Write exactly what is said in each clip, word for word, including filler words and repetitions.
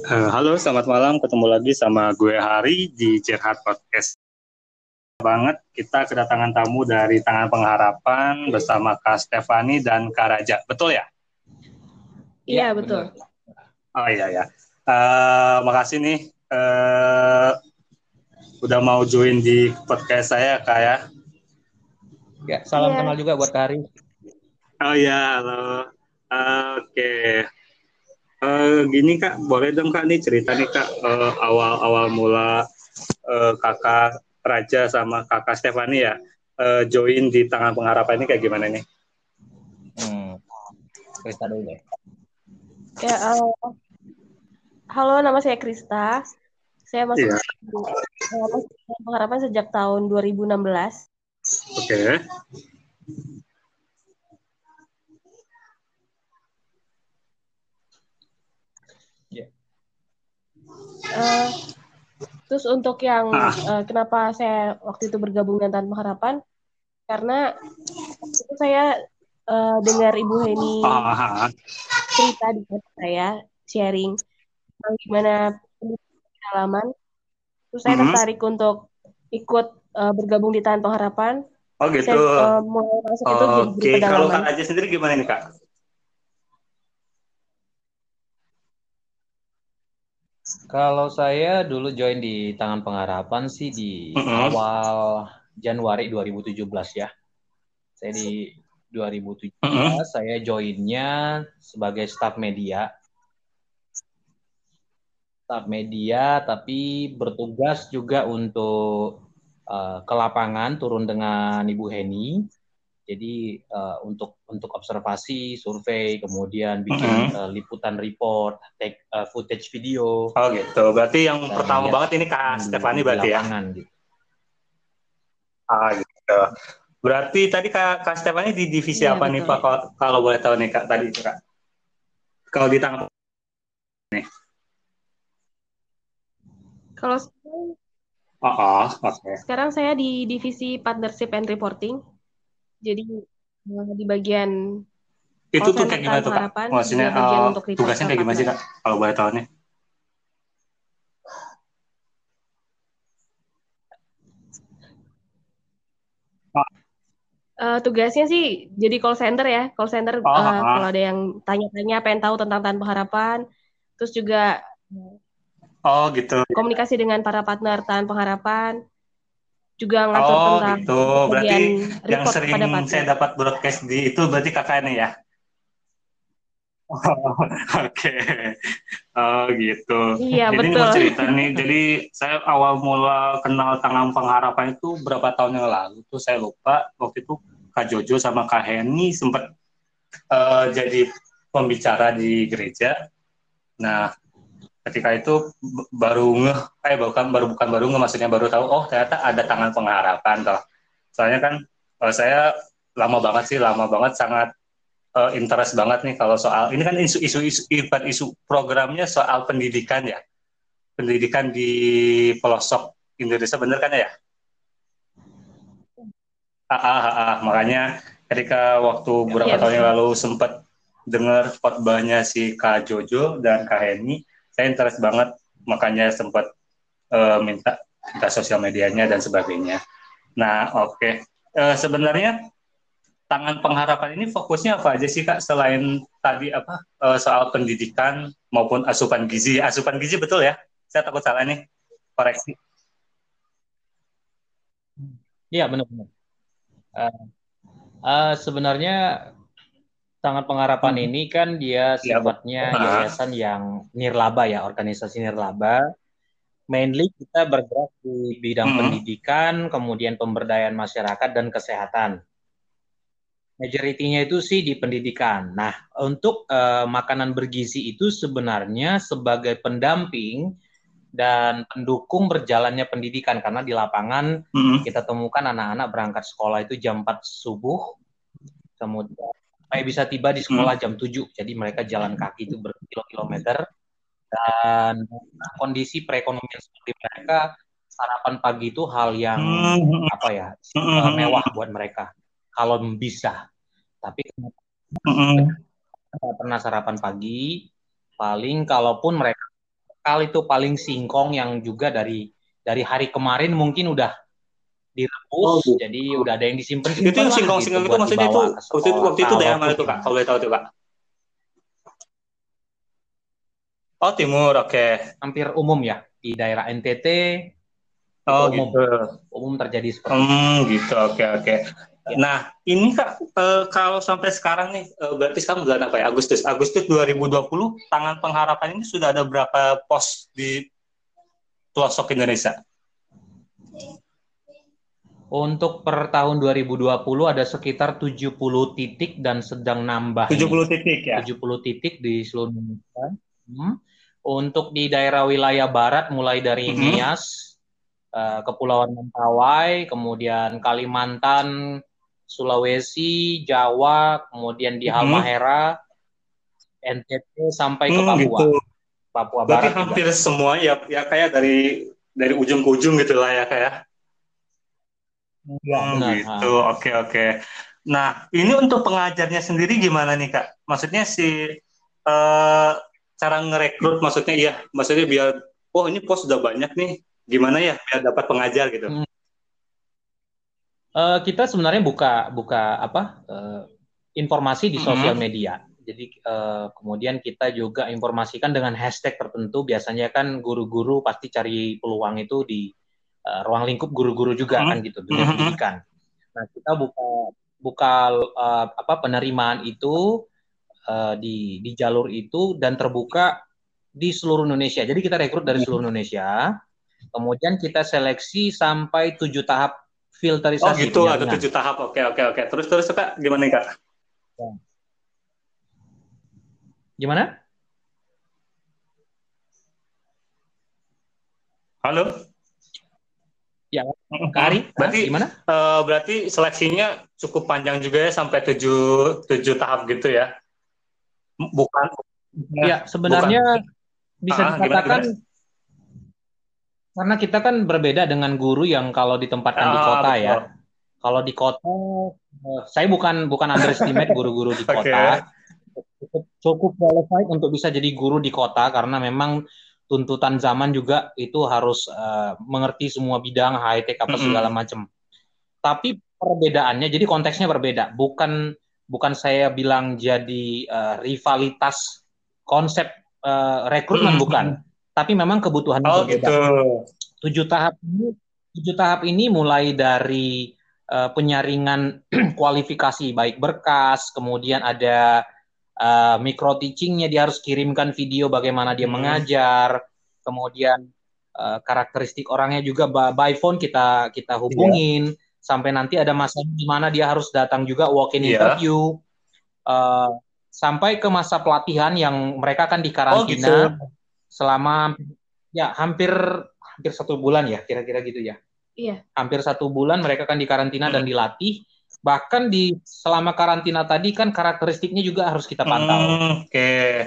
Eh, halo, selamat malam. Ketemu lagi sama gue Hari di Cerhat Podcast. Banget, kita kedatangan tamu dari Tangan Pengharapan bersama Kak Stefani dan Kak Raja. Betul ya? Iya, betul. Oh iya ya. Eh, makasih nih eh, udah mau join di podcast saya, Kak ya. Ya, salam Iya. kenal juga buat Kak Ari. Oh iya, halo. Eh, Oke. Eh, gini Kak, boleh dong Kak nih cerita nih Kak eh, awal-awal mula eh, Kakak Raja sama Kakak Stefani ya eh, join di Tangan Pengharapan ini kayak gimana nih? Hmm, cerita dulu deh. Ya, uh, halo, nama saya Krista. Saya masuk Iya, uh, masuk Tangan Pengharapan sejak tahun dua ribu enam belas. oke. Ya. Uh, terus untuk yang Ah, uh, kenapa saya waktu itu bergabung dengan Tangan Pengharapan, karena itu saya uh, dengar Ibu Heni ah, ah, ah. cerita di podcast saya, sharing tentang gimana pengalaman. Terus saya Mhm. tertarik untuk ikut uh, bergabung di Tangan Pengharapan. Oh gitu. Saya uh, mulai masuk itu jadi guru Oke, kalau pedalaman. Kak Raja sendiri gimana nih Kak? Kalau saya dulu join di Tangan Pengharapan sih di Mhm. awal Januari dua ribu tujuh belas ya. Saya di dua ribu tujuh belas Mhm. saya joinnya sebagai staf media. Staf media tapi bertugas juga untuk uh, ke lapangan turun dengan Ibu Heni. Jadi uh, untuk untuk observasi, survei, kemudian bikin Mhm. uh, liputan report, take uh, footage video, Oh gitu. Berarti yang kita pertama ngelihat banget ini Kak di, Stefani di berarti ya? lapangan gitu. Ah gitu. Berarti tadi Kak, Kak Stefani di divisi Iya, apa nih betul. Pak? Kalau, kalau boleh tahu nih Kak tadi itu Kak. Kalau di tangan nih. Kalau sekarang, Oh, oh oke. sekarang saya di divisi partnership and reporting. Jadi eh, di bagian Itu call tuh center kayak gimana Tahan tuh Kak? Pengharapan Maksudnya juga bagian eh, untuk report tugasnya ke kayak gimana sih partner. Kak? Kalau boleh tahu nih. Oh, Eh, tugasnya sih jadi call center ya, call center oh, eh, oh, kalau ada yang tanya-tanya pengen tahu tentang Tahan Pengharapan, terus juga oh, gitu. komunikasi dengan para partner Tahan Pengharapan, juga ngatur Oh tentang gitu. Berarti bagian yang report sering kepada saya partner. dapat broadcast di itu berarti kakaknya ya? Oh, oke. Oh gitu. Iya, Ini betul. mau cerita nih. Jadi saya awal mula kenal Tangan Pengharapan itu berapa tahun yang lalu tuh saya lupa. Waktu itu Kak Jojo sama Kak Heni sempat eh, jadi pembicara di gereja. Nah, ketika itu b- baru ngeh, eh bukan baru bukan baru ngeh, maksudnya baru tahu, oh ternyata ada Tangan Pengharapan toh. Soalnya kan eh, saya lama banget sih, lama banget, sangat eh, interest banget nih kalau soal ini kan isu-isu isu, bukan isu programnya soal pendidikan ya, pendidikan di pelosok Indonesia, bener kan ya? Ah, ah, ah, ah. Makanya ketika waktu Iya, beberapa tahun yang betul. lalu sempat dengar khotbahnya si Kak Jojo dan Kak Heni, saya interest banget, makanya sempat eh, minta minta sosial medianya dan sebagainya. Nah, oke. Okay. Eh, sebenarnya Tangan Pengharapan ini fokusnya apa aja sih Kak selain tadi apa eh, soal pendidikan maupun asupan gizi? Asupan gizi betul ya? Saya takut salah nih. Koreksi. Iya benar-benar. Uh, uh, sebenarnya Tangan Pengharapan Hmm. ini kan dia Ya, betul. sifatnya Nah, yayasan yang nirlaba ya, organisasi nirlaba. Mainly kita bergerak di bidang hmm. pendidikan, kemudian pemberdayaan masyarakat dan kesehatan. Majoritinya itu sih di pendidikan. Nah, untuk eh, makanan bergizi itu sebenarnya sebagai pendamping dan pendukung berjalannya pendidikan karena di lapangan Hmm. kita temukan anak-anak berangkat sekolah itu jam empat subuh, kemudian supaya bisa tiba di sekolah Hmm. jam tujuh. Jadi mereka jalan kaki itu berkilo-kilometer dan kondisi perekonomian seperti mereka sarapan pagi itu hal yang Hmm. apa ya Hmm. eh, Hmm. mewah buat mereka kalau bisa. Tapi Hmm. nggak pernah sarapan pagi. Paling kalaupun mereka lokal itu paling singkong yang juga dari dari hari kemarin mungkin udah Oh direbus, gitu. jadi udah ada yang Itu disimpan-simpan yang lah gitu singkong-singkong itu buat maksudnya itu dibawa ke waktu itu, sekolah waktu itu daerah mana kalau itu Kak? Kalau pulang. boleh tahu tuh Kak. Oh Timur, oke. Hampir umum ya di daerah N T T itu Oh umum, gitu. umum terjadi seperti itu. Hmm gitu, oke oke. Ya. Nah ini Kak, eh, kalau sampai sekarang nih, eh, berarti sekarang bulan apa ya? Agustus. Agustus dua ribu dua puluh, Tangan Pengharapan ini sudah ada berapa pos di pelosok Indonesia? Untuk per tahun dua ribu dua puluh ada sekitar tujuh puluh titik dan sedang nambah tujuh ini. puluh titik ya? tujuh puluh titik di seluruh Indonesia. Hmm. Untuk di daerah wilayah barat mulai dari Mm-hmm. Nias, uh, Kepulauan Mentawai, kemudian Kalimantan, Sulawesi, Jawa, kemudian di Mm-hmm. Halmahera, N T T sampai ke Hmm, Papua. gitu. Papua Berarti Barat hampir juga. semua ya, ya kayak dari dari ujung ke ujung gitu lah ya kayak. Ya, Hmm, benar. gitu. Ha. Oke, oke. Nah, ini untuk pengajarnya sendiri gimana nih, Kak? Maksudnya si eh, cara ngerekrut, maksudnya iya, maksudnya biar, oh ini pos sudah banyak nih, gimana ya biar dapat pengajar gitu? Hmm. Uh, kita sebenarnya buka buka apa uh, informasi di sosial Mm-hmm. media. Jadi uh, kemudian kita juga informasikan dengan hashtag tertentu. Biasanya kan guru-guru pasti cari peluang itu di uh, ruang lingkup guru-guru juga kan gitu, dunia Mm-hmm. pendidikan. Nah kita buka buka uh, apa penerimaan itu uh, di di jalur itu dan terbuka di seluruh Indonesia. Jadi kita rekrut dari seluruh Indonesia. Kemudian kita seleksi sampai tujuh tahap Oh filterisasi gitu, ada penyaringan. tujuh tahap. Oke, oke, oke. Terus, terus, Kak, gimana nih, Kak? Gimana? Halo? Ya, Kak Ari, berarti gimana? Uh, berarti seleksinya cukup panjang juga ya, sampai tujuh, tujuh tahap gitu ya? Bukan. Ya, sebenarnya bukan. bisa Ah, dikatakan gimana, gimana? karena kita kan berbeda dengan guru yang kalau ditempatkan di Ah, kota ya. betul. Kalau di kota, saya bukan bukan underestimate guru-guru di Oke. kota. Cukup, cukup qualified untuk bisa jadi guru di kota karena memang tuntutan zaman juga itu harus uh, mengerti semua bidang high tech apa segala Mm-mm. macam. Tapi perbedaannya, jadi konteksnya berbeda. Bukan bukan saya bilang jadi uh, rivalitas konsep uh, rekrutmen Mm-mm. bukan. Tapi memang kebutuhannya Oh berbeda. gitu. Tujuh tahap ini, tujuh tahap ini mulai dari uh, penyaringan kualifikasi baik berkas, kemudian ada uh, micro teachingnya, dia harus kirimkan video bagaimana dia Hmm. mengajar, kemudian uh, karakteristik orangnya juga by phone kita kita hubungin, yeah. Sampai nanti ada masa di mana dia harus datang juga walk-in yeah. interview, uh, sampai ke masa pelatihan yang mereka akan dikarantina oh, gitu. selama ya hampir hampir satu bulan ya kira-kira gitu ya. Iya. Hampir satu bulan mereka akan dikarantina hmm. dan dilatih. Bahkan di selama karantina tadi kan karakteristiknya juga harus kita pantau. Hmm, Oke.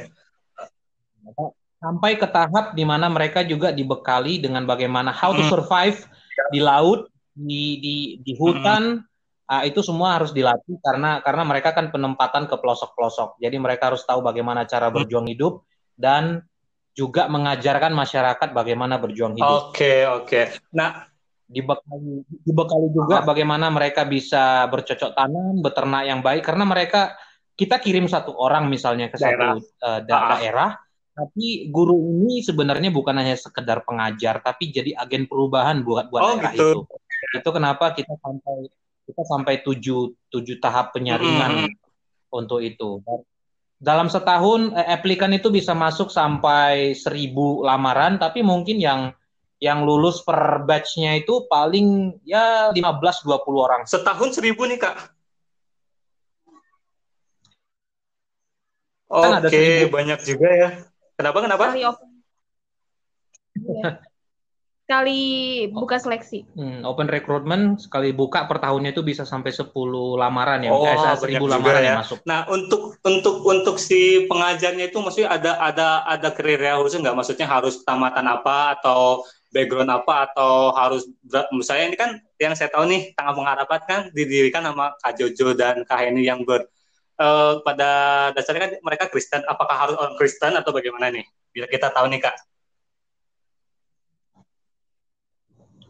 Okay. Sampai ke tahap di mana mereka juga dibekali dengan bagaimana how to survive hmm. di laut, di di di hutan. Hmm. Uh, itu semua harus dilatih karena karena mereka kan penempatan ke pelosok-pelosok. Jadi mereka harus tahu bagaimana cara berjuang hidup dan juga mengajarkan masyarakat bagaimana berjuang hidup. Oke, okay, oke. Okay. Nah, dibekali dibekali juga uh-huh. bagaimana mereka bisa bercocok tanam, beternak yang baik karena mereka kita kirim satu orang misalnya ke daerah. satu uh, da- uh-huh. daerah, tapi guru ini sebenarnya bukan hanya sekedar pengajar, tapi jadi agen perubahan buat buat oh, daerah gitu. itu. Itu kenapa kita sampai kita sampai tujuh tujuh tahap penyaringan mm-hmm. untuk itu. Dalam setahun eh, aplikan itu bisa masuk sampai seribu lamaran, tapi mungkin yang yang lulus per batch-nya itu paling ya lima belas sampai dua puluh orang. Setahun seribu nih, Kak? Kan Oke, okay, banyak juga ya. Kenapa, kenapa? Sekali open. Sekali buka seleksi. Hmm, open recruitment sekali buka per tahunnya itu bisa sampai sepuluh lamaran ya. Oh, eh, seribu lamaran ya. yang masuk. Nah, untuk untuk untuk si pengajarnya itu maksudnya ada ada ada kriteria khusus nggak? Maksudnya harus tamatan apa atau background apa atau harus misalnya ini kan yang saya tahu nih Tangan Pengharapan kan didirikan sama Kak Jojo dan Kak Heni yang ber uh, pada dasarnya kan mereka Kristen. Apakah harus orang Kristen atau bagaimana nih? Biar kita tahu nih, Kak.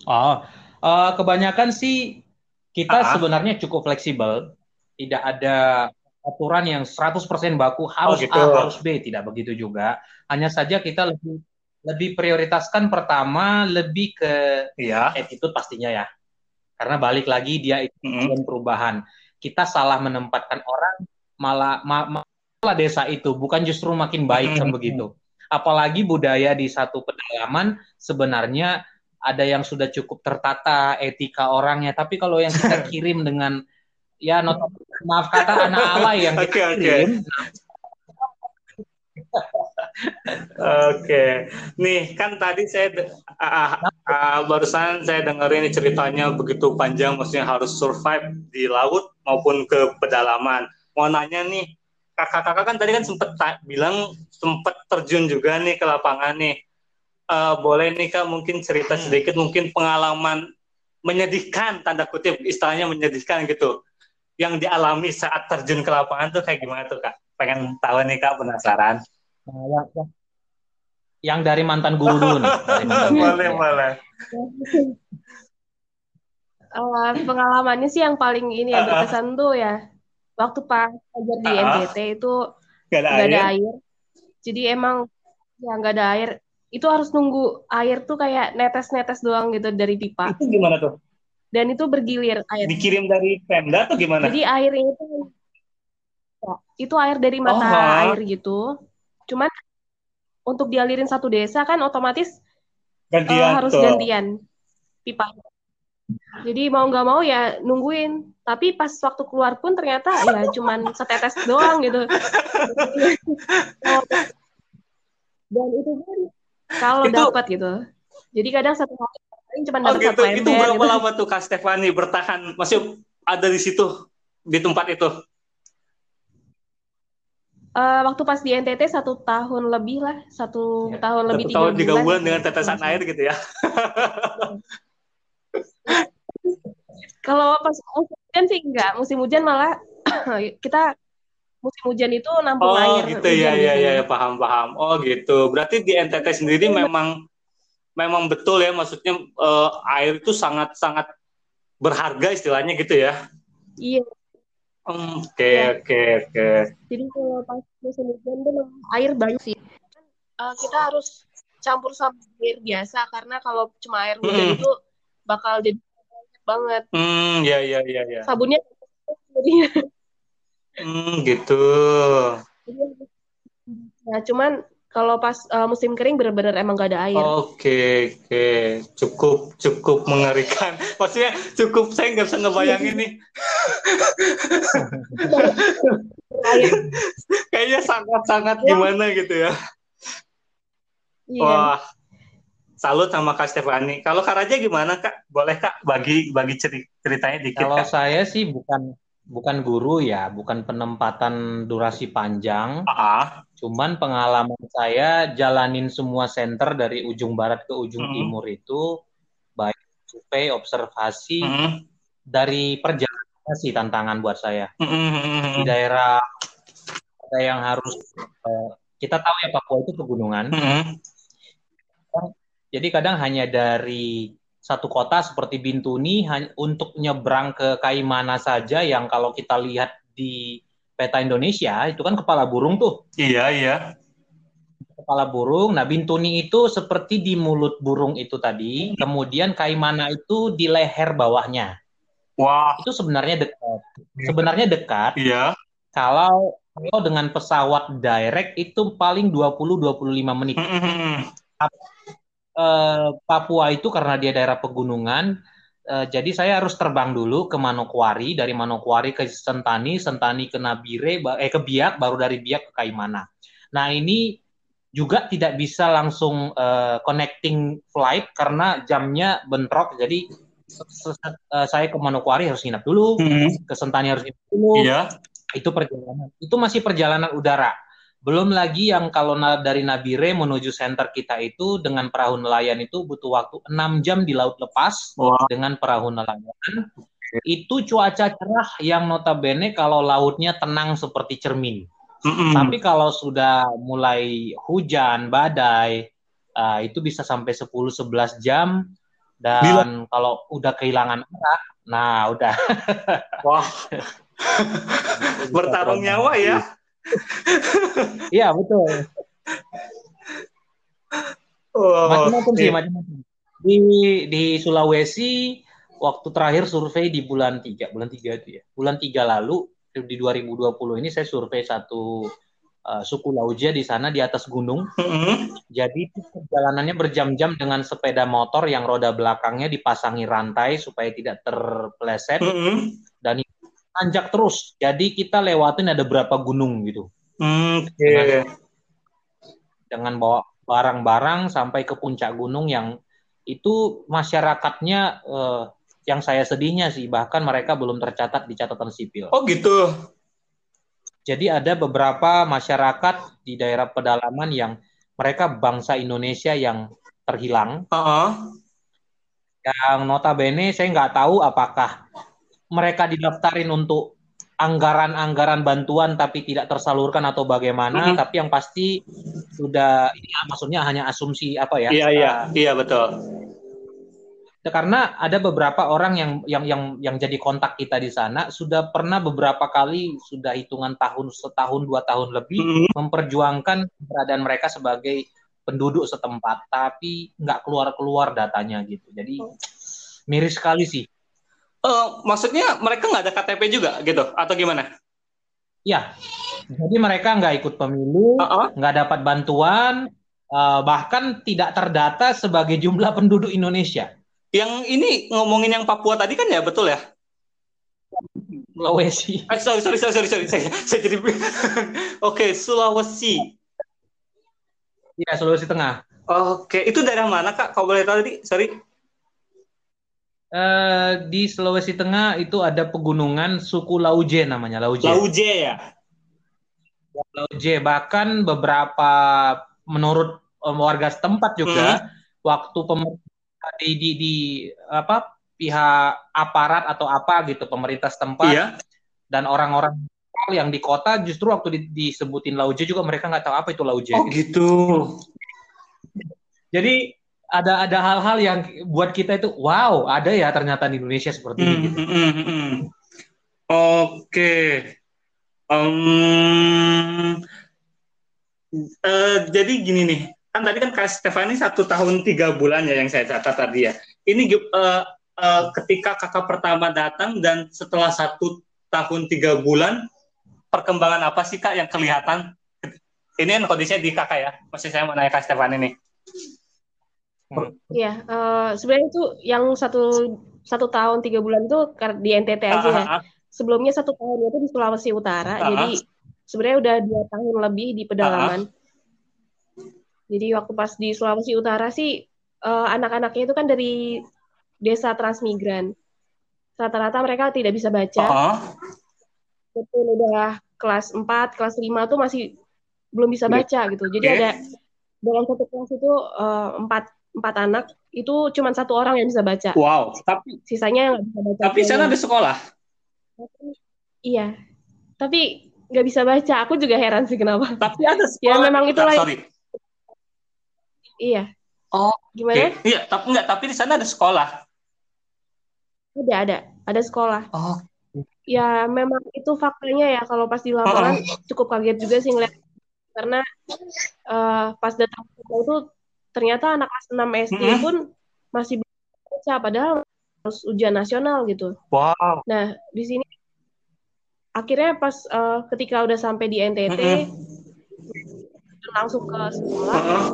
Oh, eh, kebanyakan sih kita Ah, ah. sebenarnya cukup fleksibel. Tidak ada aturan yang seratus persen baku Oh harus gitu. A, harus B, tidak begitu juga. Hanya saja kita lebih lebih prioritaskan pertama lebih ke Iya. attitude pastinya ya. Karena balik lagi dia itu Mm-mm. agen perubahan. Kita salah menempatkan orang malah ma- ma- malah desa itu bukan justru makin baik kan Mm-mm. begitu. Apalagi budaya di satu pedalaman sebenarnya ada yang sudah cukup tertata etika orangnya. Tapi kalau yang kita kirim dengan ya not, maaf kata anak alay yang kita Oke, oke. kirim, Oke, nih kan tadi saya de- ah, nah, ah, barusan saya dengerin ini ceritanya begitu panjang, maksudnya harus survive di laut maupun ke pedalaman. Mau nanya nih, kakak-kakak kan tadi kan sempet ta- bilang sempet terjun juga nih ke lapangan nih. Eh, boleh nih kak mungkin cerita hmm, sedikit mungkin pengalaman menyedihkan tanda kutip istilahnya menyedihkan gitu yang dialami saat terjun ke lapangan tuh kayak gimana tuh kak? Pengen tahu nih kak penasaran. nah, yang, yang yang dari mantan guru dulu nih, dari mantan guru Boleh, ya. boleh. Eh, pengalamannya sih yang paling ini ya Ah, ah, berkesan tuh ya waktu pas belajar di ah, N T T ah. itu Gak ada nggak ada air. air. Jadi emang ya nggak ada air. Itu harus nunggu air tuh kayak netes-netes doang gitu dari pipa. Itu gimana tuh? Dan itu bergilir airnya. Dikirim dari Pemda atau gimana? Jadi airnya itu itu air dari Oh, mata ah, air gitu. Cuman untuk dialirin satu desa kan otomatis eh, gantian harus tuh. gantian pipa. Jadi mau nggak mau ya nungguin. Tapi pas waktu keluar pun ternyata ya cuman setetes doang gitu. Dan itu pun kalau Itu, dapat gitu. Jadi kadang satu hari paling cuma oh dapat gitu. satu Itu ember berapa gitu. lama tuh Kak Stefani bertahan? Masih ada di situ, di tempat itu? Eh, waktu pas di N T T satu tahun lebih lah, satu Ya. tahun lebih Satu tiga tahun tiga bulan bulan gitu dengan kalau tetesan nggak air salah. gitu ya? Kalau pas musim hujan sih enggak, musim hujan malah kita musim hujan itu nampung Oh air gitu ya, hujan ya, ya, biasanya. ya, paham, paham. Oh gitu. Berarti di N T T sendiri memang memang betul ya, maksudnya eh, air itu sangat sangat berharga istilahnya gitu ya. Iya, Hmm, Oke, iya. oke, oke. Jadi kalau pas musim hujan tuh memang air banyak sih. Eh, kita harus campur sama air biasa karena kalau cuma air hujan Hmm, itu bakal jadi banyak banget. hmm, ya, ya, ya, ya. Sabunnya jadinya. Hmm, gitu. Nah, cuman kalau pas eh, musim kering bener-bener emang gak ada air. Oke, oke. Cukup, cukup mengerikan. Maksudnya cukup, saya nggak bisa ngebayangin nih. Itu baru air. Kayaknya sangat-sangat Doang. gimana gitu ya. Iya. Wah, salut sama Kak Stefani. Kalau Kak Raja gimana Kak? Boleh Kak bagi bagi ceri- ceritanya dikit Kalau Kak? saya sih bukan bukan guru ya, bukan penempatan durasi panjang. Ah, Cuman pengalaman saya jalanin semua center dari ujung barat ke ujung hmm, timur itu baik survei, observasi hmm, dari perjalanan sih tantangan buat saya. hmm, hmm, Di hmm, daerah ada yang harus eh, kita tahu ya Papua itu pegunungan. hmm, Jadi kadang hanya dari satu kota seperti Bintuni hanya untuk nyebrang ke Kaimana saja yang kalau kita lihat di peta Indonesia itu kan kepala burung tuh. iya, iya. Kepala burung. Nah, Bintuni itu seperti di mulut burung itu tadi, kemudian Kaimana itu di leher bawahnya. Wah, Itu sebenarnya dekat. Sebenarnya dekat iya. kalau kalau dengan pesawat direct itu paling dua puluh sampai dua puluh lima menit. Hmm, hmm, hmm. Eh, Papua itu karena dia daerah pegunungan, eh, jadi saya harus terbang dulu ke Manokwari, dari Manokwari ke Sentani, Sentani ke Nabire, eh ke Biak, baru dari Biak ke Kaimana. Nah ini juga tidak bisa langsung uh, connecting flight karena jamnya bentrok, jadi uh, saya ke Manokwari harus nginap dulu, Hmm, ke Sentani harus nginap dulu, iya. itu perjalanan. Itu masih perjalanan udara. Belum lagi yang kalau dari Nabire menuju center kita itu dengan perahu nelayan itu butuh waktu enam jam di laut lepas Wah. dengan perahu nelayan. Itu cuaca cerah yang notabene kalau lautnya tenang seperti cermin. Hmm, hmm. Tapi kalau sudah mulai hujan, badai, uh, itu bisa sampai sepuluh sebelas jam Dan kalau udah kehilangan arah, nah udah. Wah, bertarung nyawa ya. Iya, betul. Oh, Macam-macam sih, iya. macam-macam. Di di Sulawesi waktu terakhir survei di bulan tiga, bulan tiga itu ya. Bulan tiga lalu di dua ribu dua puluh ini saya survei satu uh, suku Lauja di sana di atas gunung. Mm-hmm. Jadi perjalanannya berjam-jam dengan sepeda motor yang roda belakangnya dipasangi rantai supaya tidak terpeleset. Mm-hmm. Dan nanjak terus. Jadi kita lewatin ada berapa gunung gitu. Mm, okay. Dengan, dengan bawa barang-barang sampai ke puncak gunung yang itu masyarakatnya eh, yang saya sedihnya sih bahkan mereka belum tercatat di catatan sipil. Oh gitu. Jadi ada beberapa masyarakat di daerah pedalaman yang mereka bangsa Indonesia yang terhilang. Uh-huh. Yang notabene saya nggak tahu apakah mereka didaftarin untuk anggaran-anggaran bantuan tapi tidak tersalurkan atau bagaimana. Mm-hmm. Tapi yang pasti sudah ini maksudnya hanya asumsi apa ya? Iya iya uh, iya betul. Karena ada beberapa orang yang yang yang yang jadi kontak kita di sana sudah pernah beberapa kali sudah hitungan tahun setahun dua tahun lebih mm-hmm. memperjuangkan keberadaan mereka sebagai penduduk setempat tapi nggak keluar-keluar datanya gitu. Jadi miris sekali sih. Uh, maksudnya mereka nggak ada K T P juga gitu atau gimana? Ya, jadi mereka nggak ikut pemilu, uh-uh. nggak dapat bantuan, uh, bahkan tidak terdata sebagai jumlah penduduk Indonesia. Yang ini ngomongin yang Papua tadi kan ya betul ya? Sulawesi. Eh, sorry sorry sorry sorry sorry saya, saya jadi oke okay, Sulawesi. Iya Sulawesi Tengah. Oke okay. Itu daerah mana Kak? Kau boleh tahu tadi? Sorry. Uh, di Sulawesi Tengah itu ada pegunungan suku Lauje namanya Lauje. Lauje ya. Lauje bahkan beberapa menurut um, warga setempat juga hmm. waktu pemerintah di, di di apa pihak aparat atau apa gitu pemerintah setempat iya. Dan orang-orang yang di kota justru waktu di, disebutin Lauje juga mereka nggak tahu apa itu Lauje. Oh gitu. Jadi ada ada hal-hal yang buat kita itu wow ada ya ternyata di Indonesia seperti mm, ini. Gitu. Mm, mm, mm. Oke. Okay. Um, uh, jadi gini nih. Kan tadi kan Kak Stefani satu tahun tiga bulan ya yang saya catat tadi ya. Ini uh, uh, ketika kakak pertama datang dan setelah satu tahun tiga bulan, perkembangan apa sih Kak yang kelihatan? Ini kan kondisinya di kakak ya. Masih saya mau nanya Kak Stefani nih. Iya, hmm. uh, sebenarnya itu yang satu satu tahun tiga bulan itu di N T T aja uh, ya. Uh, uh. Sebelumnya satu tahun itu di Sulawesi Utara. Uh, uh. Jadi sebenarnya udah dua tahun lebih di pedalaman. Uh, uh. Jadi waktu pas di Sulawesi Utara sih uh, anak-anaknya itu kan dari desa transmigran. Rata-rata mereka tidak bisa baca. Uh-huh. Itu udah kelas empat, kelas lima tuh masih belum bisa baca gitu. Jadi okay. ada dalam satu kelas itu uh, empat, empat anak itu cuma satu orang yang bisa baca. Wow, tapi sisanya nggak bisa baca. Tapi sana ada sekolah? Iya, tapi nggak bisa baca. Aku juga heran sih kenapa. Tapi ada sekolah. Ya memang itulah. Sorry. Iya. Oh, gimana? Okay. Iya, tapi enggak, tapi di sana ada sekolah. Ada, ada, ada sekolah. Oh. Ya, memang itu faktanya ya kalau pas di lapangan uh-uh. cukup kaget juga sih ngeliat karena uh, pas datang itu ternyata anak kelas enam S D mm-hmm. pun masih belum baca padahal harus ujian nasional gitu. Wow. Nah, di sini akhirnya pas uh, ketika udah sampai di N T T mm-hmm. langsung ke sekolah. Uh-huh.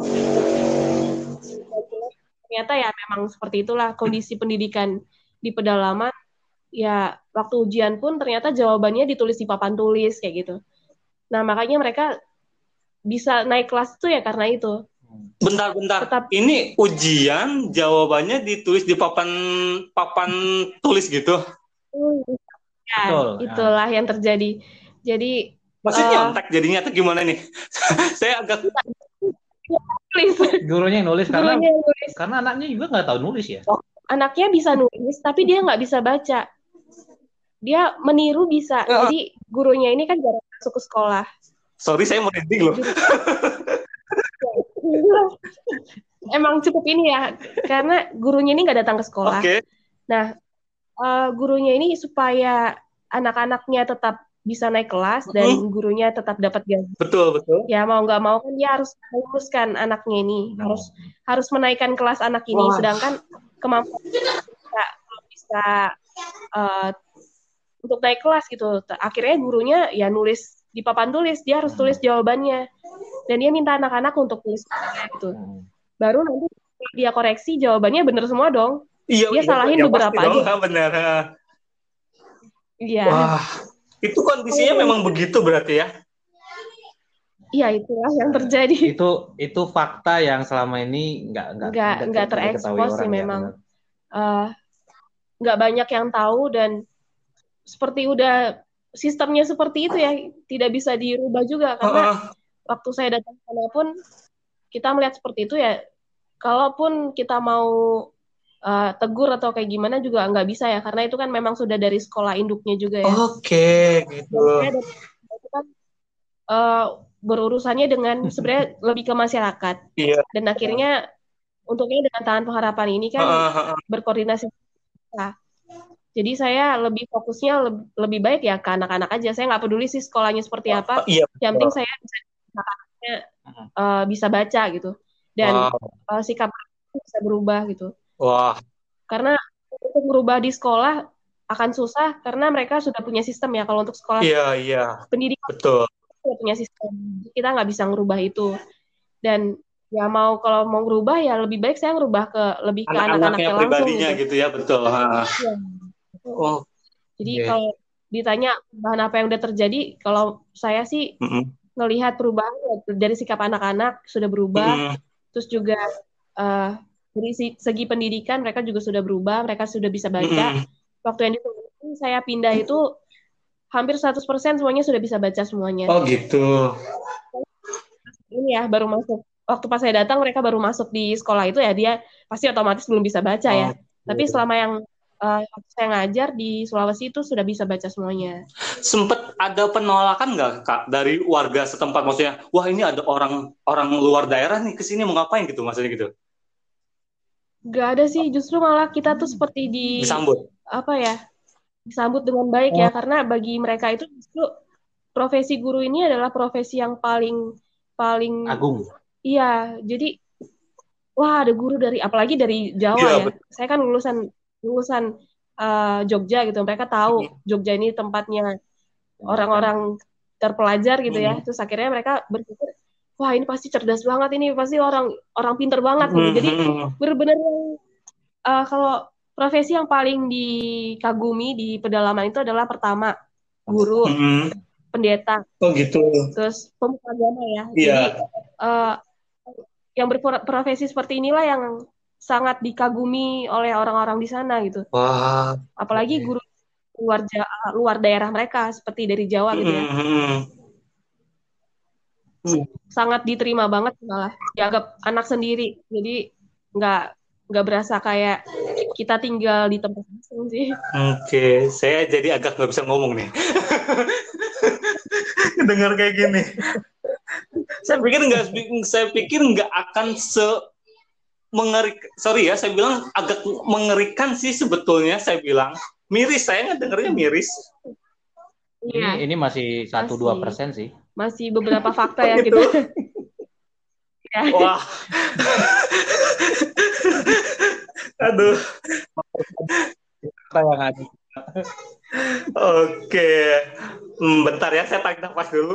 Ternyata ya memang seperti itulah kondisi pendidikan di pedalaman. Ya waktu ujian pun ternyata jawabannya ditulis di papan tulis kayak gitu. Nah makanya mereka bisa naik kelas itu ya karena itu. Bentar-bentar. Tetap... Ini ujian jawabannya ditulis di papan papan tulis gitu. Ya, betul, itulah ya. Yang terjadi. Jadi maksudnya uh, nyontek jadinya atau gimana nih? Saya agak gurunya yang nulis karena yang nulis. Karena anaknya juga nggak tahu nulis ya. Oh, anaknya bisa nulis tapi dia nggak bisa baca. Dia meniru bisa. Uh, Jadi gurunya ini kan jarang masuk ke sekolah. Sorry saya mau reading loh. Emang cukup ini ya. karena gurunya ini nggak datang ke sekolah. Oke. Nah, uh, gurunya ini supaya anak-anaknya tetap bisa naik kelas dan Mm-hmm. gurunya tetap dapat gaji. Betul, betul. Ya mau nggak mau kan dia harus meluluskan anaknya ini, Nah. harus harus menaikkan kelas anak ini. Wah. Sedangkan kemampuan bisa bisa uh, untuk naik kelas gitu. Akhirnya gurunya ya nulis di papan tulis, dia harus tulis jawabannya. Dan dia minta anak-anak untuk tulis gitu. Baru nanti dia koreksi jawabannya bener semua dong. Iya, dia iya, salahin ya beberapa pasti dong, aja. Benar. Iya. Wah, itu kondisinya oh. memang begitu berarti ya? Iya, itulah yang terjadi. Itu itu fakta yang selama ini nggak nggak nggak nggak terekspos sih memang. Uh, nggak banyak yang tahu dan seperti udah sistemnya seperti itu ya, tidak bisa dirubah juga karena uh-uh. waktu saya datang ke sana pun kita melihat seperti itu ya. Kalaupun kita mau uh, tegur atau kayak gimana juga nggak bisa ya, karena itu kan memang sudah dari sekolah induknya juga ya. Oke, okay, gitu. Itu kan uh, berurusannya dengan sebenarnya lebih ke masyarakat. Iya. Dan akhirnya untuknya dengan Tangan Pengharapan ini kan uh-uh. berkoordinasi. Nah, jadi saya lebih fokusnya lebih, lebih baik ya ke anak-anak aja. Saya nggak peduli sih sekolahnya seperti apa. Oh, iya, yang penting saya bisa uh, bisa baca gitu. Dan wow. uh, sikap bisa berubah gitu. Wah. Karena untuk berubah di sekolah akan susah karena mereka sudah punya sistem ya. Kalau untuk sekolah iya, iya. pendidikan betul. Sudah punya sistem. Kita nggak bisa ngerubah itu. Dan ya mau kalau mau ngerubah ya lebih baik saya ngerubah ke lebih ke anak-anaknya langsung pribadinya gitu. gitu ya, betul. Ha. Ya. Oh. Jadi yeah. kalau ditanya bahan apa yang udah terjadi, kalau saya sih mm-hmm. ngelihat perubahan dari sikap anak-anak sudah berubah. Mm-hmm. Terus juga uh, dari segi pendidikan mereka juga sudah berubah, mereka sudah bisa baca. Mm-hmm. Waktu yang ditunggu saya pindah itu hampir seratus persen semuanya sudah bisa baca semuanya. Oh gitu. Ini ya baru masuk. Waktu pas saya datang mereka baru masuk di sekolah itu ya dia pasti otomatis belum bisa baca ya. Oh, tapi selama yang uh, saya ngajar di Sulawesi itu sudah bisa baca semuanya. Sempet ada penolakan nggak Kak dari warga setempat, maksudnya wah ini ada orang orang luar daerah nih kesini mau ngapain gitu, maksudnya gitu? Gak ada sih, justru malah kita tuh seperti di disambut apa ya disambut dengan baik oh. ya, karena bagi mereka itu justru profesi guru ini adalah profesi yang paling paling agung. Iya, jadi wah ada guru dari apalagi dari Jawa ya. ya. Saya kan lulusan lulusan uh, Jogja gitu. Mereka tahu Jogja ini tempatnya orang-orang terpelajar gitu ya. Terus akhirnya mereka berpikir, wah ini pasti cerdas banget, ini pasti orang orang pinter banget gitu. Jadi benar-benar uh, kalau profesi yang paling dikagumi di pedalaman itu adalah pertama guru, pendeta. Oh gitu. Terus pemuka agama ya. Iya. Jadi uh, yang berprofesi seperti inilah yang sangat dikagumi oleh orang-orang di sana gitu. Wah. Apalagi guru luar luar daerah mereka seperti dari Jawa gitu ya. Mm-hmm. Sangat diterima banget, malah dianggap anak sendiri. Jadi nggak nggak berasa kayak kita tinggal di tempat asing sih. Oke, okay. Saya jadi agak nggak bisa ngomong nih. Dengar kayak gini. Saya pikir nggak, saya pikir nggak akan se mengerikan. Sorry ya, saya bilang agak mengerikan sih sebetulnya. Saya bilang miris, saya nggak dengarnya miris. Iya. Ini, ini masih satu dua persen sih. Masih beberapa fakta ya gitu. Ya. Wah. Aduh. Yang ada. Oke, hmm, bentar ya, saya tarik nafas dulu.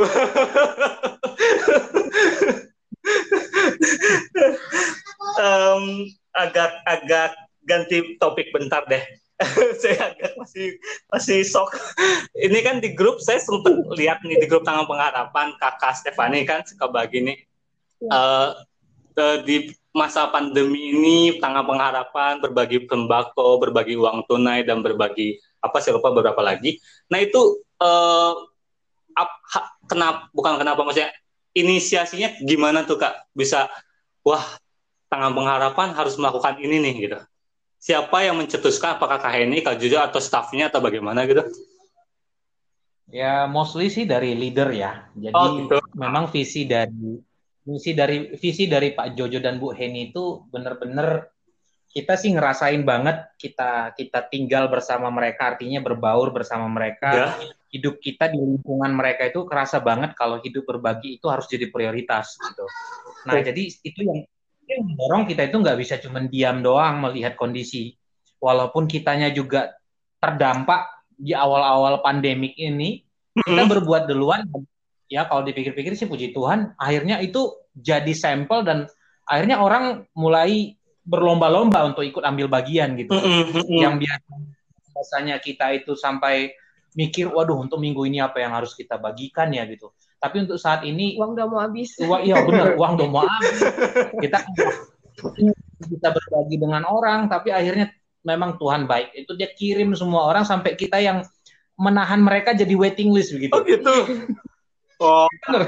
um, agak agak ganti topik bentar deh. Saya agak masih masih shock. Ini kan di grup saya sempat lihat nih di grup Tangan Pengharapan, Kakak Stefani kan suka bagi nih uh, uh, di masa pandemi ini Tangan Pengharapan berbagi sembako, berbagi uang tunai dan berbagi apa saya lupa beberapa lagi. Nah itu uh, ap, ha, kenapa bukan kenapa maksudnya inisiasinya gimana tuh Kak bisa wah Tangan Pengharapan harus melakukan ini nih gitu. Siapa yang mencetuskan, apakah Kak Heni, Kak Jojo atau staffnya atau bagaimana gitu? Ya mostly sih dari leader ya. Jadi oh, gitu. Memang visi dari Visi dari visi dari Pak Jojo dan Bu Heni itu benar-benar kita sih ngerasain banget kita kita tinggal bersama mereka, artinya berbaur bersama mereka. Ya. Hidup kita di lingkungan mereka itu kerasa banget kalau hidup berbagi itu harus jadi prioritas gitu. Nah, jadi itu yang yang mendorong kita itu nggak bisa cuma diam doang melihat kondisi. Walaupun kitanya juga terdampak di awal-awal pandemik ini, kita berbuat duluan. Ya, kalau dipikir-pikir sih puji Tuhan, akhirnya itu jadi sampel dan akhirnya orang mulai berlomba-lomba untuk ikut ambil bagian gitu. Yang biasanya kita itu sampai mikir, waduh untuk minggu ini apa yang harus kita bagikan ya gitu. Tapi untuk saat ini uang udah mau habis. Uang, iya benar, uang udah mau habis. Kita kita berbagi dengan orang, tapi akhirnya memang Tuhan baik. Itu dia kirim semua orang sampai kita yang menahan mereka jadi waiting list begitu. Oh gitu. Oh. Benar.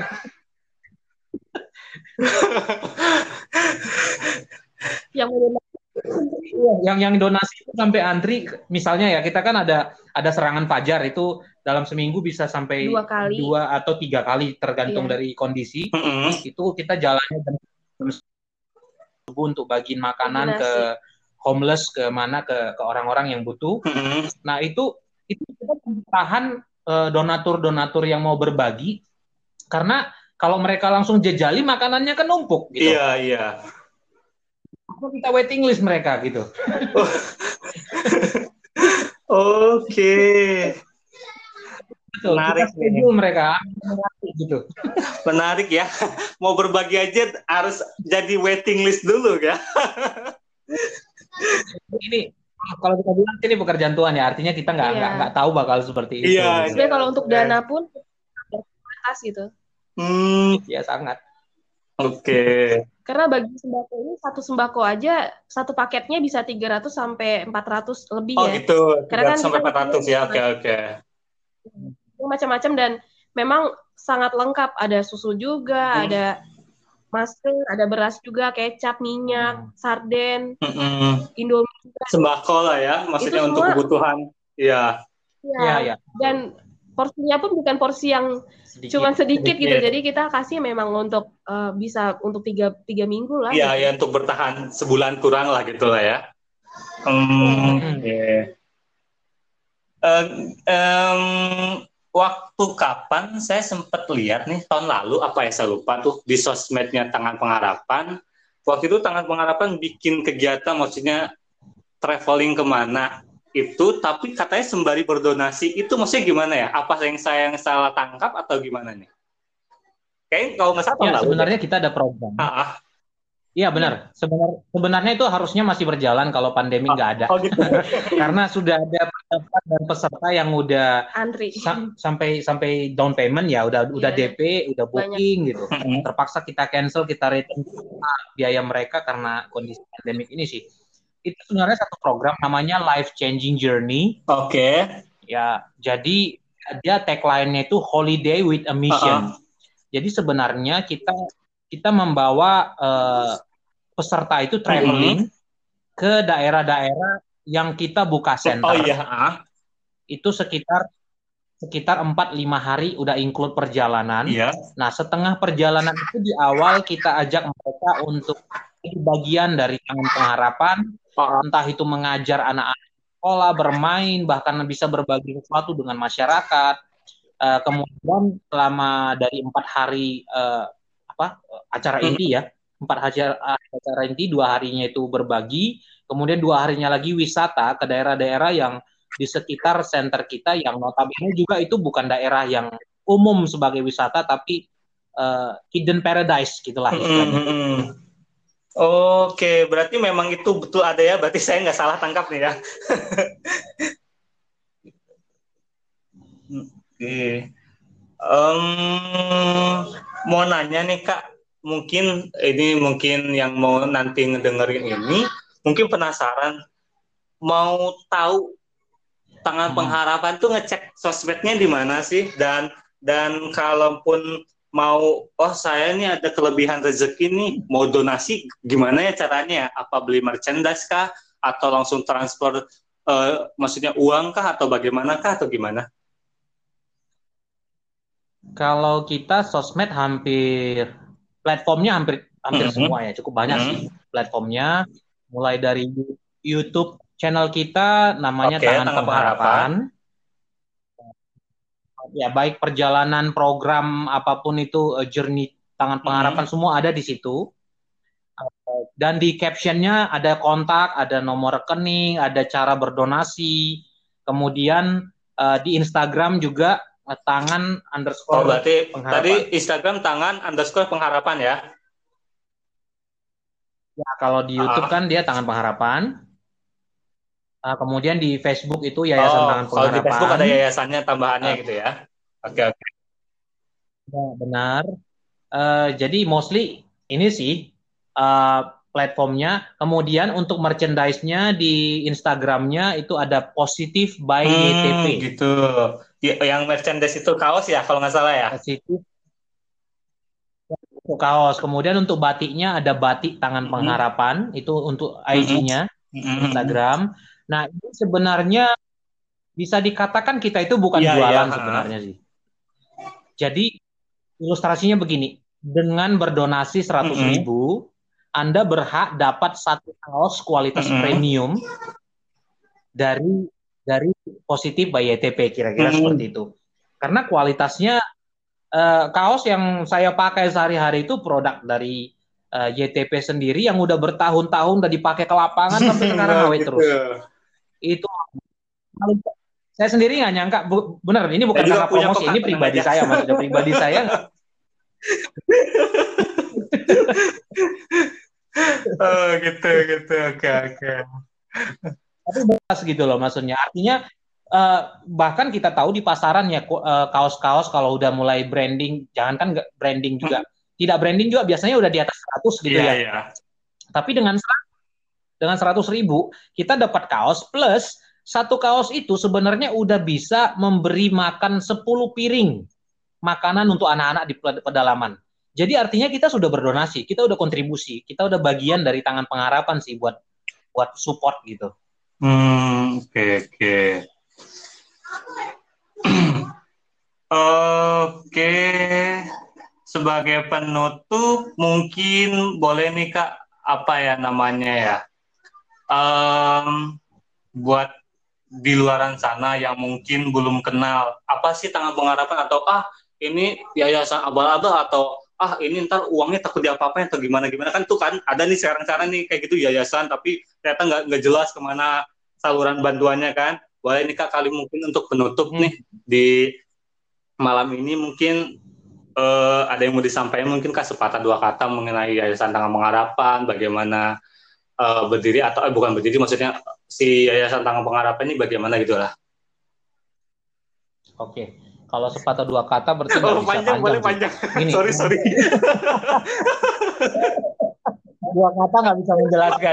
yang yang yang donasi itu sampai antri, misalnya ya kita kan ada ada serangan fajar itu dalam seminggu bisa sampai dua kali dua atau tiga kali tergantung iya. dari kondisi. Mm-hmm. Itu kita jalannya untuk bagiin makanan donasi ke homeless, ke mana ke ke orang-orang yang butuh. Mm-hmm. Nah itu itu kita tahan uh, donatur-donatur yang mau berbagi, karena kalau mereka langsung jejali makanannya kan numpuk gitu. Iya iya. Kita waiting list mereka gitu. Oke. Menarik nih mereka gitu. Menarik ya. Mau berbagi aja harus jadi waiting list dulu ya. Ini kalau kita bilang ini pekerjaan Tuhan ya, artinya kita nggak nggak yeah. nggak tahu bakal seperti itu. Iya. Sebenarnya kalau untuk dana pun terbatas gitu. Hmm. Ya sangat. Oke. Okay. Karena bagi sembako ini satu sembako aja satu paketnya bisa tiga ratus sampai empat ratus lebih oh, ya. Oh gitu. Karena kan sampai empat ratus ya. Oke okay, oke. Okay. Macam-macam dan memang sangat lengkap, ada susu juga, hmm. ada masker, ada beras juga, kecap, minyak, hmm. sarden, hmm. Indomie juga. Sembako lah ya, maksudnya untuk kebutuhan. Iya. Iya, ya. Dan porsinya pun bukan porsi yang sedikit, cuman sedikit, sedikit gitu, jadi kita kasih memang untuk uh, bisa untuk tiga tiga minggu lah. Iya, gitu. Ya untuk bertahan sebulan kurang lah gitu lah ya. Hmm, hmm. Yeah. Uh, um, waktu kapan saya sempat lihat nih tahun lalu apa ya saya lupa tuh di sosmednya Tangan Pengharapan. Waktu itu Tangan Pengharapan bikin kegiatan, maksudnya traveling kemana itu, tapi katanya sembari berdonasi. Itu maksudnya gimana ya? Apa yang saya yang salah tangkap atau gimana nih? Kayaknya kalau nggak salah ya, sebenarnya kita ada program. Ah, Iya benar. Sebenar, sebenarnya itu harusnya masih berjalan kalau pandemi nggak ada. Oh, gitu. Karena sudah ada peserta dan peserta yang udah antri sa- sampai sampai down payment ya, udah yeah. udah D P, udah booking gitu. Terpaksa kita cancel, kita return biaya mereka karena kondisi pandemik ini sih. Itu sebenarnya satu program namanya Life Changing Journey. Oke. Okay. Ya, jadi dia tagline-nya itu Holiday with a Mission. Uh-huh. Jadi sebenarnya kita kita membawa uh, peserta itu traveling uh-huh. ke daerah-daerah yang kita buka center. Oh iya. Uh-huh. Itu sekitar sekitar empat lima hari udah include perjalanan. Yeah. Nah, setengah perjalanan itu di awal kita ajak mereka untuk jadi bagian dari Tangan Pengharapan. Entah itu mengajar anak-anak sekolah, bermain, bahkan bisa berbagi sesuatu dengan masyarakat. Uh, kemudian selama dari empat hari uh, apa acara inti ya, empat hari acara inti, dua harinya itu berbagi, kemudian dua harinya lagi wisata ke daerah-daerah yang di sekitar center kita, yang notabene juga itu bukan daerah yang umum sebagai wisata, tapi uh, hidden paradise gitulah istilahnya. Mm-hmm. Oke, berarti memang itu betul ada ya, berarti saya nggak salah tangkap nih ya. Oke, um, mau nanya nih Kak, mungkin ini mungkin yang mau nanti ngedengerin ini, mungkin penasaran, mau tahu Tangan Pengharapan tuh ngecek sosmednya di mana sih, dan dan kalaupun mau, oh saya ini ada kelebihan rezeki nih, mau donasi, gimana ya caranya? Apa beli merchandise kah? Atau langsung transfer, uh, maksudnya uang kah? Atau bagaimana kah? Atau gimana? Kalau kita sosmed hampir, platformnya hampir hampir mm-hmm. semua ya, cukup banyak mm-hmm. sih platformnya. mulai dari YouTube channel kita namanya Oke, Tangan Tangan Pengharapan. Pengharapan. Ya, baik perjalanan program apapun itu, eh, journey Tangan Pengharapan Mm-hmm. semua ada di situ. Dan di captionnya ada kontak, ada nomor rekening, ada cara berdonasi. Kemudian uh, di Instagram juga uh, tangan underscore Oh, berarti pengharapan. tadi Instagram tangan underscore pengharapan ya? Ya, kalau di YouTube Ah. kan dia Tangan Pengharapan. Uh, kemudian di Facebook itu Yayasan Oh, Tangan kalau di Facebook ada Pengharapan. yayasannya tambahannya Uh, gitu ya? Oke, oke. ya, benar. Uh, jadi mostly ini sih uh, platformnya. Kemudian untuk merchandise-nya di Instagramnya itu ada Positif by Y T P. Hmm, gitu. Y- Yang merchandise itu kaos ya, kalau nggak salah ya? Positif untuk kaos. Kemudian untuk batiknya ada Batik Tangan Mm-mm. Pengharapan. Itu untuk Mm-mm. I G-nya, Mm-mm. Instagram. Nah, itu sebenarnya bisa dikatakan kita itu bukan Iya, iya. jualan Ha. sebenarnya sih. Jadi ilustrasinya begini, dengan berdonasi seratus Mm-mm. ribu, Anda berhak dapat satu kaos kualitas Mm-mm. premium dari dari Positif by Y T P, kira-kira Mm-mm. seperti itu. Karena kualitasnya eh, kaos yang saya pakai sehari-hari itu produk dari eh, Y T P sendiri yang udah bertahun-tahun udah dipakai ke lapangan sampai sekarang Oh, awet gitu. terus. Itu saya sendiri nggak nyangka, bu, bener ini bukan Saya juga karena punya promosi, kok, ini Kak, tenang pribadi aja. saya, maksudnya pribadi saya. Oh, gitu, gitu. Oke, oke. Tapi bebas gitu loh maksudnya. Artinya eh, bahkan kita tahu di pasaran ya eh, kaos-kaos kalau udah mulai branding, jangankan nggak branding juga, tidak branding juga biasanya udah di atas seratus gitu Iya, ya. iya. Tapi dengan dengan seratus ribu kita dapat kaos plus satu kaos itu sebenarnya udah bisa memberi makan sepuluh piring makanan untuk anak-anak di pedalaman. Jadi artinya kita sudah berdonasi, kita udah kontribusi, kita udah bagian dari Tangan Pengharapan sih buat buat support gitu. Hmm, oke, oke. Oke, sebagai penutup mungkin boleh nih Kak, apa ya namanya ya, um, buat di luaran sana yang mungkin belum kenal apa sih Tangan Pengharapan, atau ah ini yayasan abal-abal, atau ah ini ntar uangnya takut diapa-apain atau gimana gimana, kan tuh kan ada nih sekarang-sekarang nih kayak gitu yayasan tapi ternyata nggak nggak jelas kemana saluran bantuannya kan. Boleh nih Kak kali mungkin untuk penutup Hmm. nih di malam ini mungkin uh, ada yang mau disampaikan mungkin Kak, sepatah dua kata mengenai Yayasan Tangan Pengharapan, bagaimana uh, berdiri atau eh, bukan berdiri, maksudnya si Yayasan Tangan Pengharapan ini bagaimana gitu lah. Oke, kalau sepatah dua kata berarti nggak Oh, bisa panjang, panjang boleh sih. panjang. Gini, sorry, sorry. dua kata nggak bisa menjelaskan.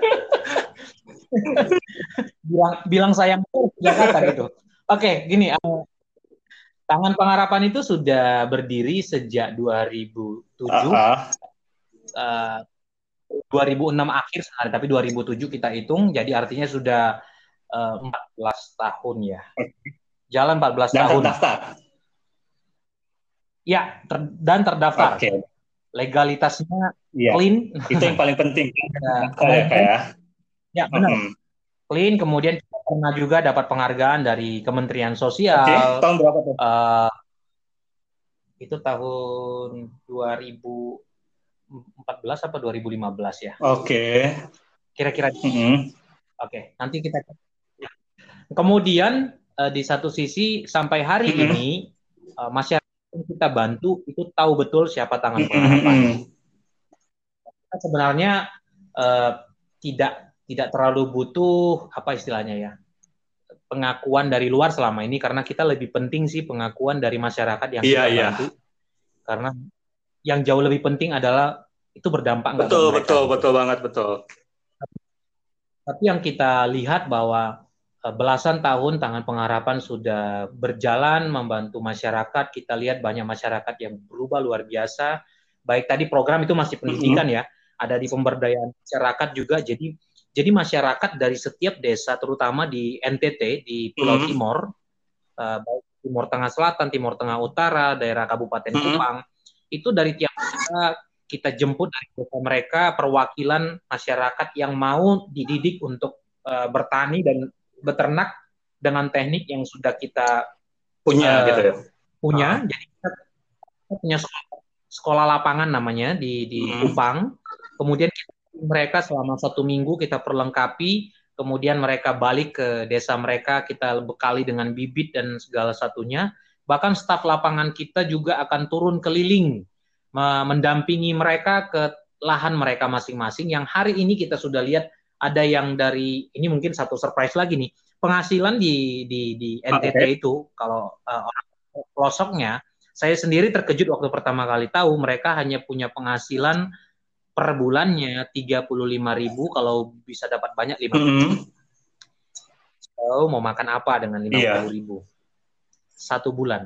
bilang bilang sayang dua kata gitu. Oke, gini, uh, Tangan Pengharapan itu sudah berdiri sejak dua ribu tujuh. Uh-uh. Uh, dua ribu enam akhir sebenarnya, tapi dua ribu tujuh kita hitung, jadi artinya sudah uh, empat belas tahun ya. Jalan empat belas Dan tahun. terdaftar. Ya, ter dan terdaftar. Oke. Okay. Legalitasnya yeah. clean. Itu yang paling penting. Ya, ya, kayak. Ya, benar. Mm-hmm. Clean, kemudian kita pernah juga dapat penghargaan dari Kementerian Sosial. Oke, okay. Tahun berapa tuh? Uh, itu tahun dua ribu empat belas apa dua ribu lima belas ya? Oke. Okay. Kira-kira. Mm-hmm. Oke, okay. Nanti kita. Kemudian uh, di satu sisi sampai hari mm-hmm. ini uh, masyarakat yang kita bantu itu tahu betul siapa Tangan Pengharapan. Mm-hmm. Kita sebenarnya uh, tidak tidak terlalu butuh apa istilahnya ya, pengakuan dari luar selama ini, karena kita lebih penting sih pengakuan dari masyarakat yang yeah, kita yeah. bantu, karena yang jauh lebih penting adalah itu berdampak nggak betul buat mereka, betul gitu. betul banget betul. Tapi yang kita lihat bahwa uh, belasan tahun Tangan Pengharapan sudah berjalan membantu masyarakat. Kita lihat banyak masyarakat yang berubah luar biasa. Baik tadi program itu masih pendidikan mm-hmm. ya, ada di pemberdayaan masyarakat juga. Jadi Jadi masyarakat dari setiap desa, terutama di N T T, di Pulau mm-hmm. Timor, uh, baik Timur Tengah Selatan, Timur Tengah Utara, daerah Kabupaten mm-hmm. Kupang, itu dari tiap desa kita jemput dari desa mereka perwakilan masyarakat yang mau dididik untuk uh, bertani dan beternak dengan teknik yang sudah kita punya uh, gitu ya. Punya. Ah. Jadi kita punya sekolah, sekolah lapangan namanya di di hmm. Kupang. Kemudian kita, mereka selama satu minggu kita perlengkapi. Kemudian mereka balik ke desa mereka, kita bekali dengan bibit dan segala satunya. Bahkan staf lapangan kita juga akan turun keliling mendampingi mereka ke lahan mereka masing-masing. Yang hari ini kita sudah lihat ada yang dari, ini mungkin satu surprise lagi nih, penghasilan di di, di N T T okay. itu kalau uh, orang pelosoknya, saya sendiri terkejut waktu pertama kali tahu mereka hanya punya penghasilan per bulannya tiga puluh lima ribu, kalau bisa dapat banyak lima puluh ribu. Mm-hmm. So, mau makan apa dengan lima puluh ribu? Yeah. Satu bulan.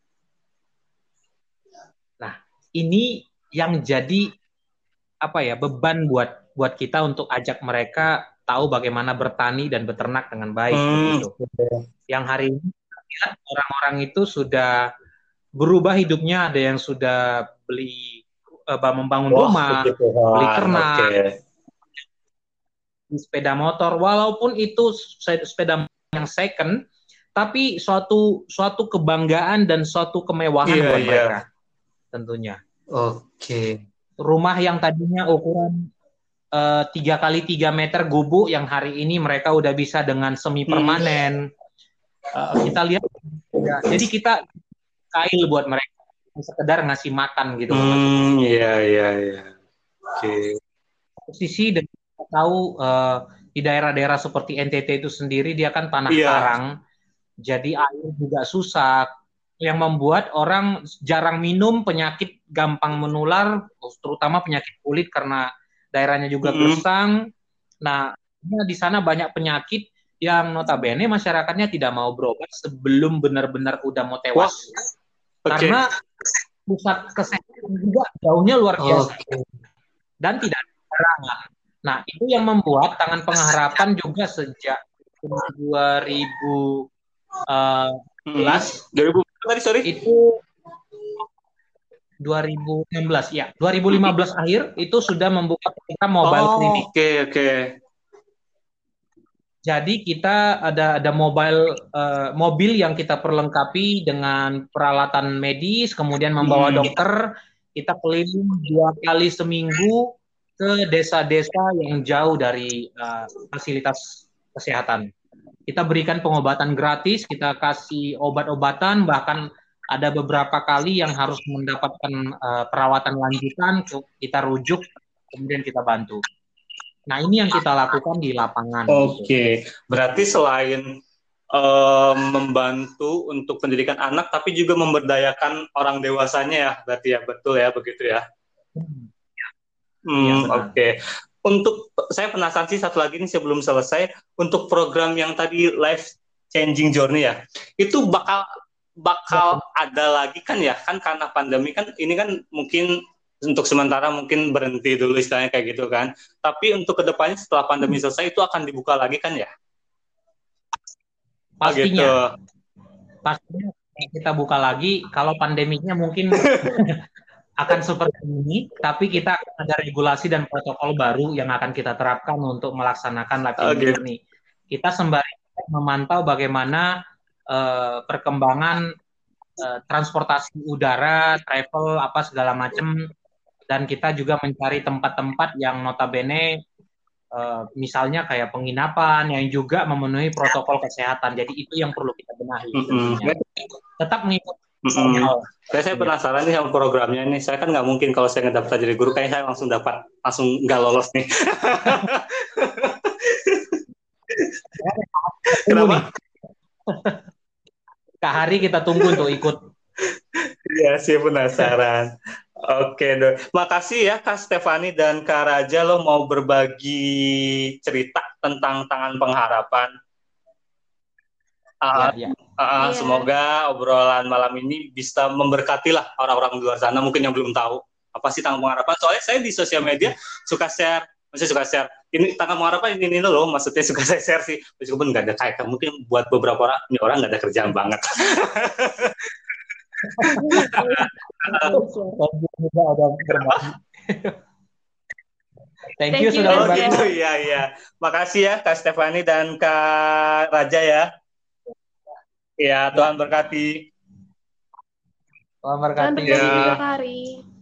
Nah, ini yang jadi apa ya beban buat buat kita untuk ajak mereka tahu bagaimana bertani dan beternak dengan baik. Mm. Gitu. Yang hari ini orang-orang itu sudah berubah hidupnya, ada yang sudah beli membangun Wah, rumah, begitu. beli ternak, okay. sepeda motor, walaupun itu sepeda yang second, tapi suatu suatu kebanggaan dan suatu kemewahan yeah, buat yeah. mereka, tentunya. Oke. Okay. Rumah yang tadinya ukuran tiga kali tiga meter gubuk, yang hari ini mereka udah bisa dengan semi permanen. Hmm. Uh, kita lihat, ya, jadi kita kail buat mereka. Sekedar ngasih makan gitu. Hmm, iya iya iya. Oke. Posisi dan kita tahu uh, di daerah-daerah seperti N T T itu sendiri dia kan tanah yeah. karang, jadi air juga susah, yang membuat orang jarang minum, penyakit gampang menular, terutama penyakit kulit karena daerahnya juga mm-hmm. gersang. Nah, di sana banyak penyakit yang notabene masyarakatnya tidak mau berobat sebelum benar-benar udah mau tewas. Wow. Okay. Karena pusat kesehatan juga jauhnya luar biasa. Okay. Dan tidak ada larangan. Nah, itu yang membuat Tangan Pengharapan juga sejak dua ribu sebelas dua ribu tadi sorry itu dua ribu enam belas ya dua ribu lima belas akhir itu sudah membuka kita mobile oh, clinic. Oke okay, oke. Okay. Jadi kita ada ada mobile uh, mobil yang kita perlengkapi dengan peralatan medis, kemudian membawa hmm. dokter. Kita keliling dua kali seminggu ke desa-desa yang jauh dari uh, fasilitas kesehatan. Kita berikan pengobatan gratis, kita kasih obat-obatan, bahkan ada beberapa kali yang harus mendapatkan uh, perawatan lanjutan, kita rujuk, kemudian kita bantu. Nah, ini yang kita lakukan di lapangan. Oke, okay. Gitu. Berarti selain uh, membantu untuk pendidikan anak, tapi juga memberdayakan orang dewasanya ya, berarti ya, betul ya, begitu ya? Hmm, hmm ya, Oke. Okay. Untuk, saya penasaran sih satu lagi nih sebelum selesai, untuk program yang tadi Life Changing Journey ya, itu bakal bakal ya. Ada lagi kan ya, kan karena pandemi kan, ini kan mungkin untuk sementara mungkin berhenti dulu istilahnya kayak gitu kan. Tapi untuk kedepannya setelah pandemi selesai itu akan dibuka lagi kan ya? Pastinya. Gitu. Pastinya kita buka lagi. Kalau pandeminya mungkin akan seperti ini, tapi kita ada regulasi dan protokol baru yang akan kita terapkan untuk melaksanakan Life Changing Journey. Kita sembari memantau bagaimana uh, perkembangan uh, transportasi udara, travel, apa segala macam. Dan kita juga mencari tempat-tempat yang notabene uh, misalnya kayak penginapan yang juga memenuhi protokol kesehatan. Jadi itu yang perlu kita benahi. Mm-hmm. Tetap mengikuti. Mm-hmm. Saya, saya penasaran nih sama programnya nih. Saya kan nggak mungkin kalau saya nggak daftar jadi guru, kayaknya saya langsung dapat, langsung nggak lolos nih. Kenapa? Kak Hari kita tunggu untuk ikut. Iya sih, penasaran. Oke, do. Makasih ya Kak Stefani dan Kak Raja, lo mau berbagi cerita tentang Tangan Pengharapan. Uh, ya, ya. Uh, ya. Semoga obrolan malam ini bisa memberkati lah orang-orang di luar sana mungkin yang belum tahu apa sih Tangan Pengharapan. Soalnya saya di sosial media suka share, maksudnya suka share. Ini Tangan Pengharapan ini, ini loh, maksudnya suka saya share sih. Meskipun nggak ada kayak mungkin buat beberapa orang, ini orang nggak ada kerjaan banget. Thank, Thank you you, sudah Kak Oh berbagi. Steph. gitu, iya iya. Makasih ya Kak Stefani dan Kak Raja ya. Ya, Ya, Tuhan berkati. Tuhan Tuhan berkati. berkati juga Ya. Kak Ari.